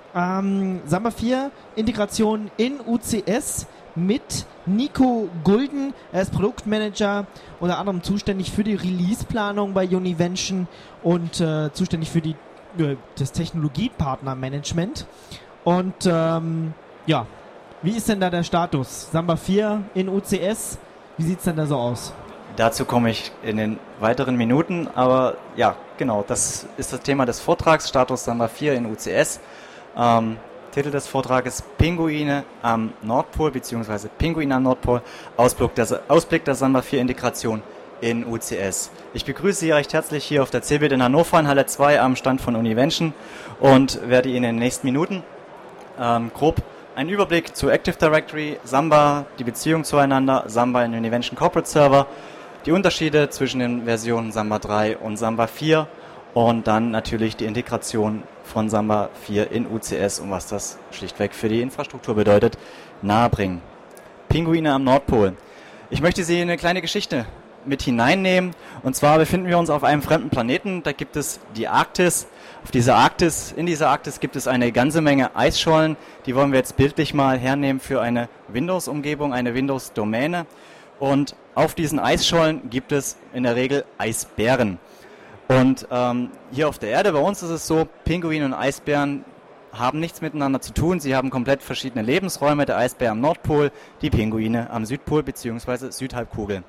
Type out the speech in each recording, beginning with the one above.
Samba 4 Integration in UCS mit Nico Gulden. Er ist Produktmanager, unter anderem zuständig für die Release-Planung bei Univention und zuständig für das Technologiepartner-Management. Und wie ist denn da der Status? Samba 4 in UCS, wie sieht es denn da so aus? Dazu komme ich in den weiteren Minuten, aber ja, genau, das ist das Thema des Vortrags, Status Samba 4 in UCS. Titel des Vortrages Pinguine am Nordpol bzw. Pinguine am Nordpol, Ausblick der Samba 4 Integration in UCS. Ich begrüße Sie recht herzlich hier auf der CeBIT in Hannover in Halle 2 am Stand von Univention und werde Ihnen in den nächsten Minuten grob einen Überblick zu Active Directory, Samba, die Beziehung zueinander, Samba in Univention Corporate Server, die Unterschiede zwischen den Versionen Samba 3 und Samba 4 und dann natürlich die Integration von Samba 4 in UCS und was das schlichtweg für die Infrastruktur bedeutet, nahebringen. Pinguine am Nordpol. Ich möchte Sie in eine kleine Geschichte mit hineinnehmen. Und zwar befinden wir uns auf einem fremden Planeten. Da gibt es die Arktis. In dieser Arktis gibt es eine ganze Menge Eisschollen. Die wollen wir jetzt bildlich mal hernehmen für eine Windows-Umgebung, eine Windows-Domäne. Und auf diesen Eisschollen gibt es in der Regel Eisbären. Und hier auf der Erde, bei uns ist es so, Pinguine und Eisbären haben nichts miteinander zu tun. Sie haben komplett verschiedene Lebensräume. Der Eisbär am Nordpol, die Pinguine am Südpol bzw. Südhalbkugel.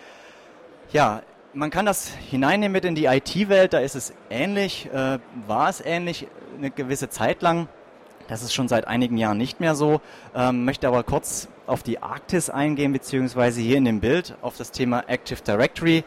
Ja, man kann das hineinnehmen mit in die IT-Welt. Da ist es ähnlich, war es ähnlich eine gewisse Zeit lang. Das ist schon seit einigen Jahren nicht mehr so. Möchte aber kurz auf die Arktis eingehen, beziehungsweise hier in dem Bild auf das Thema Active Directory.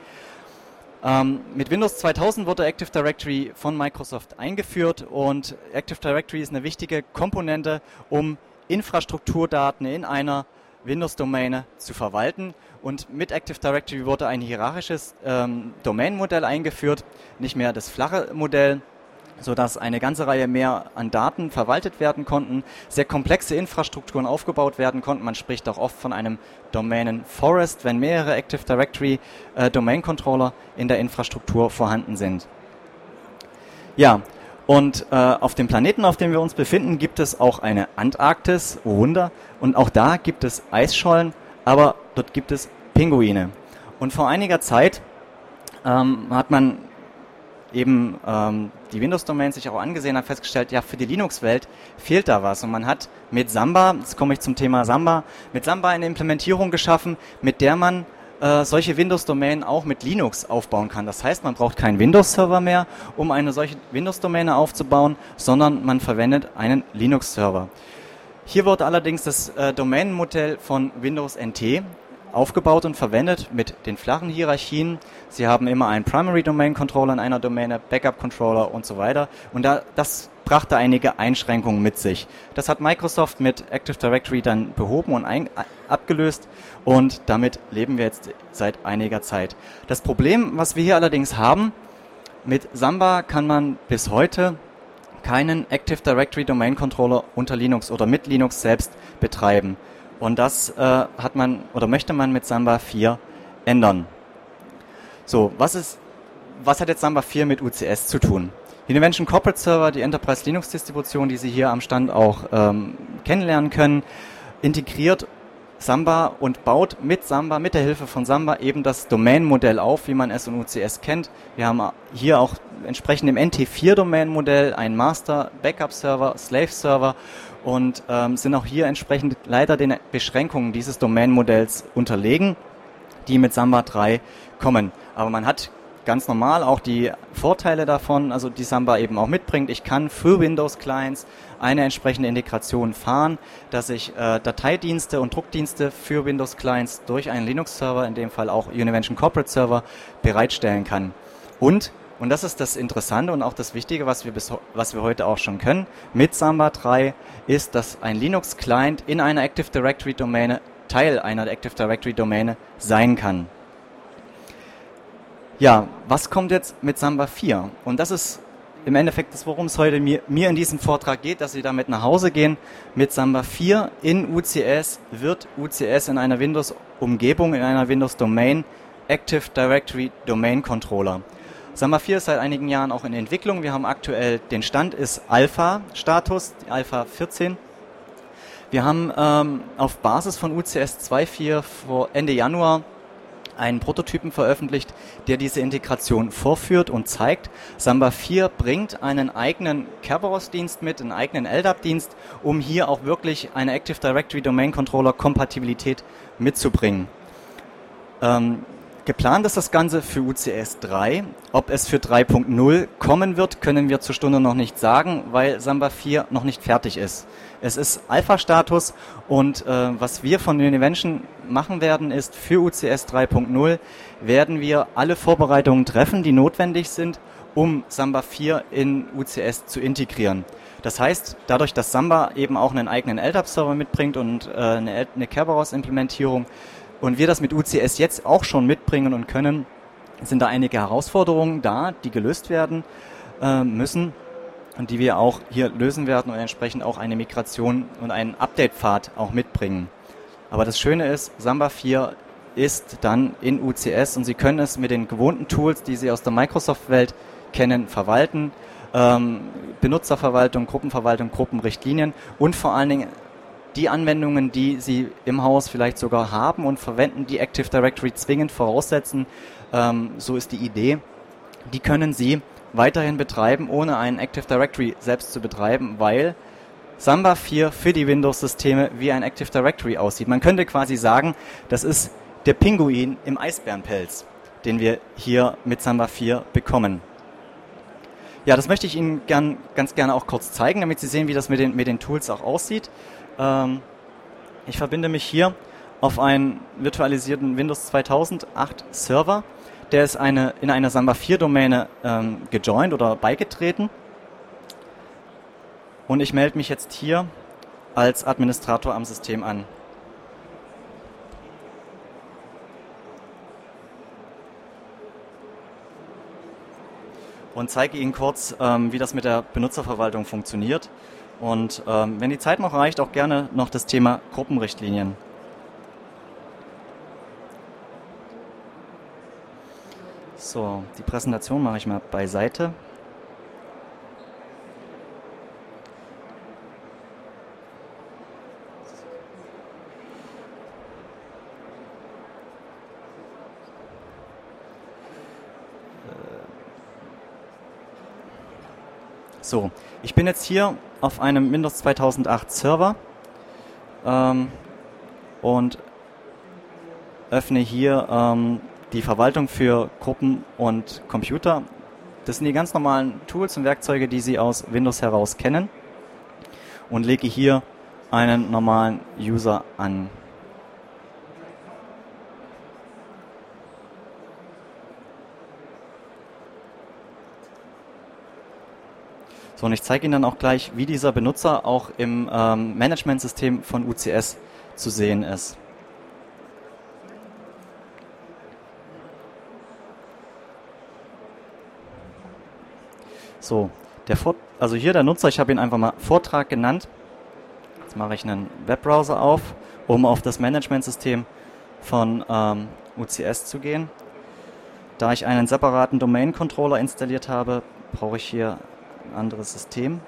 Mit Windows 2000 wurde Active Directory von Microsoft eingeführt und Active Directory ist eine wichtige Komponente, um Infrastrukturdaten in einer Windows-Domäne zu verwalten. Und mit Active Directory wurde ein hierarchisches Domain-Modell eingeführt, nicht mehr das flache Modell, sodass eine ganze Reihe mehr an Daten verwaltet werden konnten, sehr komplexe Infrastrukturen aufgebaut werden konnten. Man spricht auch oft von einem Domänen-Forest, wenn mehrere Active Directory Domain-Controller in der Infrastruktur vorhanden sind. Ja, und auf dem Planeten, auf dem wir uns befinden, gibt es auch eine Antarktis, oh Wunder, und auch da gibt es Eisschollen, aber dort gibt es Pinguine. Und vor einiger Zeit hat man eben die Windows-Domain sich auch angesehen, hat festgestellt, ja, für die Linux-Welt fehlt da was. Und man hat mit Samba, jetzt komme ich zum Thema Samba, mit Samba eine Implementierung geschaffen, mit der man solche Windows-Domänen auch mit Linux aufbauen kann. Das heißt, man braucht keinen Windows-Server mehr, um eine solche Windows-Domäne aufzubauen, sondern man verwendet einen Linux-Server. Hier wird allerdings das Domänenmodell von Windows NT aufgebaut und verwendet mit den flachen Hierarchien. Sie haben immer einen Primary Domain Controller in einer Domäne, Backup Controller und so weiter. Und das brachte einige Einschränkungen mit sich. Das hat Microsoft mit Active Directory dann behoben und abgelöst und damit leben wir jetzt seit einiger Zeit. Das Problem, was wir hier allerdings haben, mit Samba kann man bis heute keinen Active Directory Domain Controller unter Linux oder mit Linux selbst betreiben. Und das möchte man mit Samba 4 ändern. So, was hat jetzt Samba 4 mit UCS zu tun? Univention Corporate Server, die Enterprise Linux Distribution, die Sie hier am Stand auch kennenlernen können, integriert Samba und baut mit Samba, mit der Hilfe von Samba eben das Domain-Modell auf, wie man es in UCS kennt. Wir haben hier auch entsprechend im NT4 Domain-Modell einen Master, Backup-Server, Slave-Server und sind auch hier entsprechend leider den Beschränkungen dieses Domain-Modells unterlegen, die mit Samba 3 kommen. Aber man hat ganz normal auch die Vorteile davon, also die Samba eben auch mitbringt. Ich kann für Windows-Clients eine entsprechende Integration fahren, dass ich Dateidienste und Druckdienste für Windows-Clients durch einen Linux-Server, in dem Fall auch Univention Corporate Server, bereitstellen kann. Und das ist das Interessante und auch das Wichtige, was wir heute auch schon können, mit Samba 3, ist, dass ein Linux-Client in einer Active Directory-Domäne Teil einer Active Directory-Domäne sein kann. Ja, was kommt jetzt mit Samba 4? Und das ist im Endeffekt das, worum es heute mir in diesem Vortrag geht, dass Sie damit nach Hause gehen. Mit Samba 4 in UCS wird UCS in einer Windows-Umgebung, in einer Windows-Domain Active Directory Domain Controller. Samba 4 ist seit einigen Jahren auch in Entwicklung. Wir haben aktuell, den Stand ist Alpha-Status, Alpha 14. Wir haben auf Basis von UCS 2.4 vor Ende Januar einen Prototypen veröffentlicht, der diese Integration vorführt und zeigt. Samba 4 bringt einen eigenen Kerberos-Dienst mit, einen eigenen LDAP-Dienst, um hier auch wirklich eine Active Directory Domain Controller Kompatibilität mitzubringen. Geplant ist das Ganze für UCS 3. Ob es für 3.0 kommen wird, können wir zur Stunde noch nicht sagen, weil Samba 4 noch nicht fertig ist. Es ist Alpha-Status und was wir von Univention machen werden, ist für UCS 3.0 werden wir alle Vorbereitungen treffen, die notwendig sind, um Samba 4 in UCS zu integrieren. Das heißt, dadurch, dass Samba eben auch einen eigenen LDAP-Server mitbringt und eine Kerberos-Implementierung und wir das mit UCS jetzt auch schon mitbringen und können, sind da einige Herausforderungen da, die gelöst werden müssen und die wir auch hier lösen werden und entsprechend auch eine Migration und einen Update-Pfad auch mitbringen. Aber das Schöne ist, Samba 4 ist dann in UCS und Sie können es mit den gewohnten Tools, die Sie aus der Microsoft-Welt kennen, verwalten. Benutzerverwaltung, Gruppenverwaltung, Gruppenrichtlinien und vor allen Dingen die Anwendungen, die Sie im Haus vielleicht sogar haben und verwenden, die Active Directory zwingend voraussetzen, so ist die Idee, die können Sie weiterhin betreiben, ohne einen Active Directory selbst zu betreiben, weil Samba 4 für die Windows-Systeme wie ein Active Directory aussieht. Man könnte quasi sagen, das ist der Pinguin im Eisbärenpelz, den wir hier mit Samba 4 bekommen. Ja, das möchte ich Ihnen ganz gerne auch kurz zeigen, damit Sie sehen, wie das mit den Tools auch aussieht. Ich verbinde mich hier auf einen virtualisierten Windows 2008 Server. Der ist in einer Samba 4 Domäne gejoint oder beigetreten. Und ich melde mich jetzt hier als Administrator am System an. Und zeige Ihnen kurz, wie das mit der Benutzerverwaltung funktioniert. Und wenn die Zeit noch reicht, auch gerne noch das Thema Gruppenrichtlinien. So, die Präsentation mache ich mal beiseite. So, ich bin jetzt hier auf einem Windows 2008 Server und öffne hier die Verwaltung für Gruppen und Computer. Das sind die ganz normalen Tools und Werkzeuge, die Sie aus Windows heraus kennen und lege hier einen normalen User an. So, und ich zeige Ihnen dann auch gleich, wie dieser Benutzer auch im Managementsystem von UCS zu sehen ist. So, also hier der Nutzer, ich habe ihn einfach mal Vortrag genannt. Jetzt mache ich einen Webbrowser auf, um auf das Managementsystem von UCS zu gehen. Da ich einen separaten Domain-Controller installiert habe, brauche ich hier ein anderes System.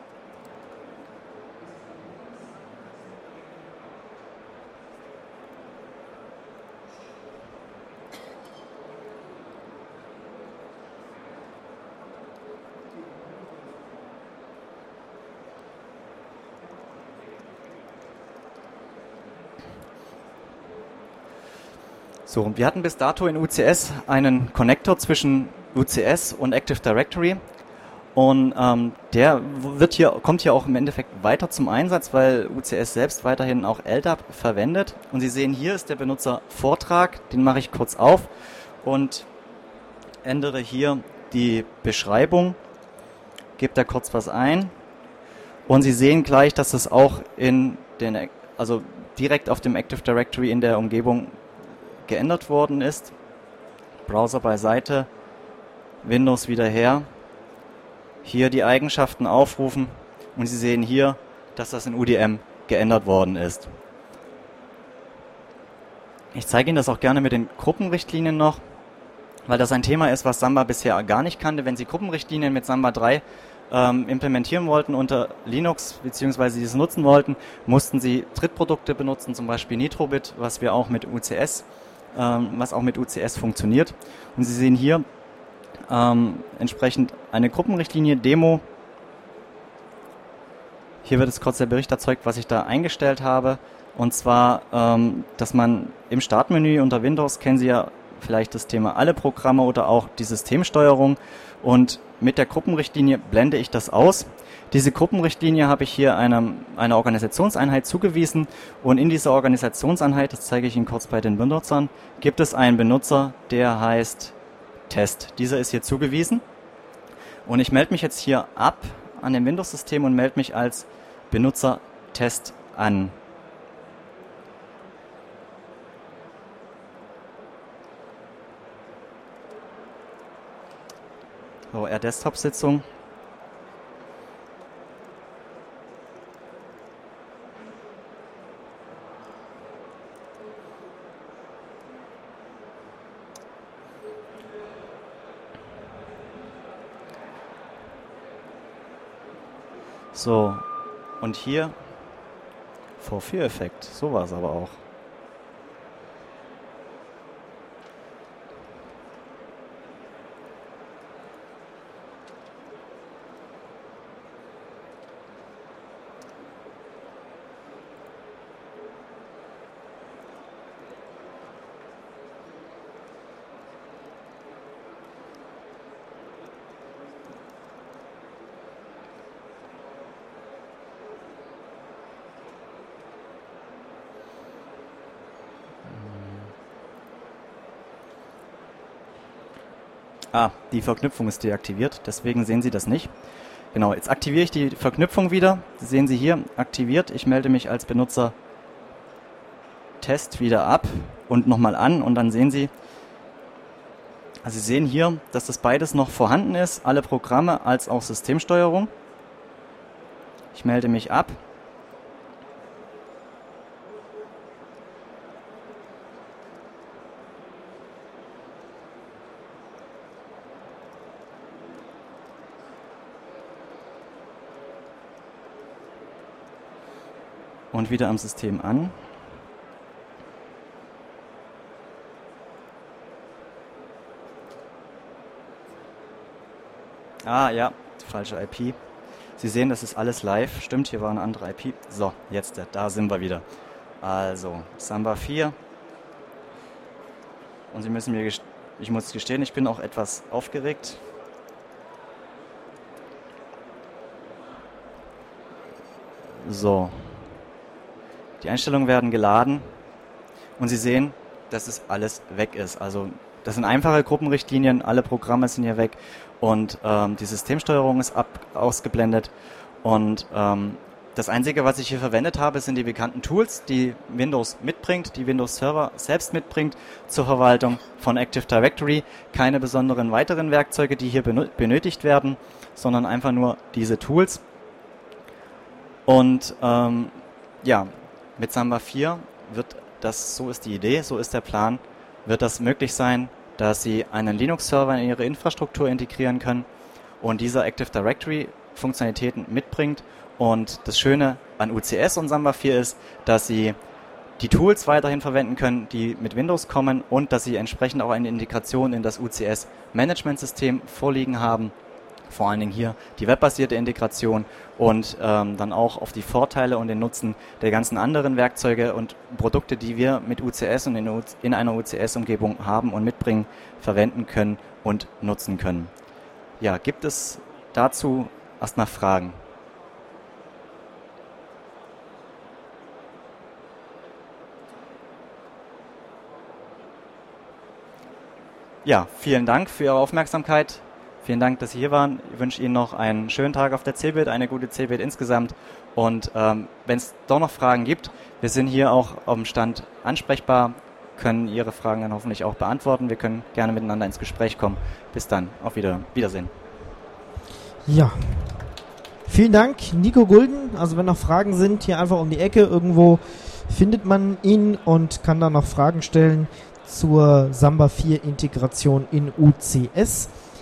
So, wir hatten bis dato in UCS einen Connector zwischen UCS und Active Directory. Und der kommt hier auch im Endeffekt weiter zum Einsatz, weil UCS selbst weiterhin auch LDAP verwendet. Und Sie sehen, hier ist der Benutzer Vortrag, den mache ich kurz auf und ändere hier die Beschreibung, gebe da kurz was ein. Und Sie sehen gleich, dass es auch also direkt auf dem Active Directory in der Umgebung geändert worden ist. Browser beiseite, Windows wieder her. Hier die Eigenschaften aufrufen und Sie sehen hier, dass das in UDM geändert worden ist. Ich zeige Ihnen das auch gerne mit den Gruppenrichtlinien noch. weil das ein Thema ist, was Samba bisher gar nicht kannte. Wenn Sie Gruppenrichtlinien mit Samba 3 implementieren wollten unter Linux, beziehungsweise dieses nutzen wollten, mussten Sie Drittprodukte benutzen, zum Beispiel Nitrobit, was auch mit UCS funktioniert. Und Sie sehen hier entsprechend eine Gruppenrichtlinie, Demo. Hier wird jetzt kurz der Bericht erzeugt, was ich da eingestellt habe. Und zwar, dass man im Startmenü unter Windows, kennen Sie ja vielleicht das Thema alle Programme oder auch die Systemsteuerung. Und mit der Gruppenrichtlinie blende ich das aus. Diese Gruppenrichtlinie habe ich hier einer Organisationseinheit zugewiesen. Und in dieser Organisationseinheit, das zeige ich Ihnen kurz bei den Benutzern, gibt es einen Benutzer, der heißt Test. Dieser ist hier zugewiesen. Und ich melde mich jetzt hier ab an dem Windows-System und melde mich als Benutzer Test an. VR-Desktop-Sitzung. So, und hier Vorführeffekt, so war es aber auch. Die Verknüpfung ist deaktiviert, deswegen sehen Sie das nicht. Genau, jetzt aktiviere ich die Verknüpfung wieder. Sehen Sie hier, aktiviert. Ich melde mich als Benutzer Test wieder ab und nochmal an und dann sehen Sie, also Sie sehen hier, dass das beides noch vorhanden ist, alle Programme als auch Systemsteuerung. Ich melde mich ab. Und wieder am System an. Ja, falsche IP. Sie sehen, das ist alles live. Stimmt, hier war eine andere IP. So, jetzt, da sind wir wieder. Also, Samba 4. Und Sie müssen ich muss gestehen, ich bin auch etwas aufgeregt. So. Die Einstellungen werden geladen und Sie sehen, dass es alles weg ist. Also das sind einfache Gruppenrichtlinien, alle Programme sind hier weg und die Systemsteuerung ist ausgeblendet. Und das Einzige, was ich hier verwendet habe, sind die bekannten Tools, die Windows mitbringt, die Windows Server selbst mitbringt zur Verwaltung von Active Directory. Keine besonderen weiteren Werkzeuge, die hier benötigt werden, sondern einfach nur diese Tools. Und mit Samba 4 wird das, so ist die Idee, so ist der Plan, wird das möglich sein, dass Sie einen Linux-Server in Ihre Infrastruktur integrieren können und dieser Active Directory Funktionalitäten mitbringt. Und das Schöne an UCS und Samba 4 ist, dass Sie die Tools weiterhin verwenden können, die mit Windows kommen und dass Sie entsprechend auch eine Integration in das UCS-Management-System vorliegen haben. Vor allen Dingen hier die webbasierte Integration und dann auch auf die Vorteile und den Nutzen der ganzen anderen Werkzeuge und Produkte, die wir mit UCS und in einer UCS-Umgebung haben und mitbringen, verwenden können und nutzen können. Ja, gibt es dazu erstmal Fragen? Ja, vielen Dank für Ihre Aufmerksamkeit. Vielen Dank, dass Sie hier waren. Ich wünsche Ihnen noch einen schönen Tag auf der CeBIT, eine gute CeBIT insgesamt. Und wenn es doch noch Fragen gibt, wir sind hier auch auf dem Stand ansprechbar, können Ihre Fragen dann hoffentlich auch beantworten. Wir können gerne miteinander ins Gespräch kommen. Bis dann, auf Wiedersehen. Ja, vielen Dank, Nico Gulden. Also wenn noch Fragen sind, hier einfach um die Ecke irgendwo findet man ihn und kann dann noch Fragen stellen zur Samba 4 Integration in UCS.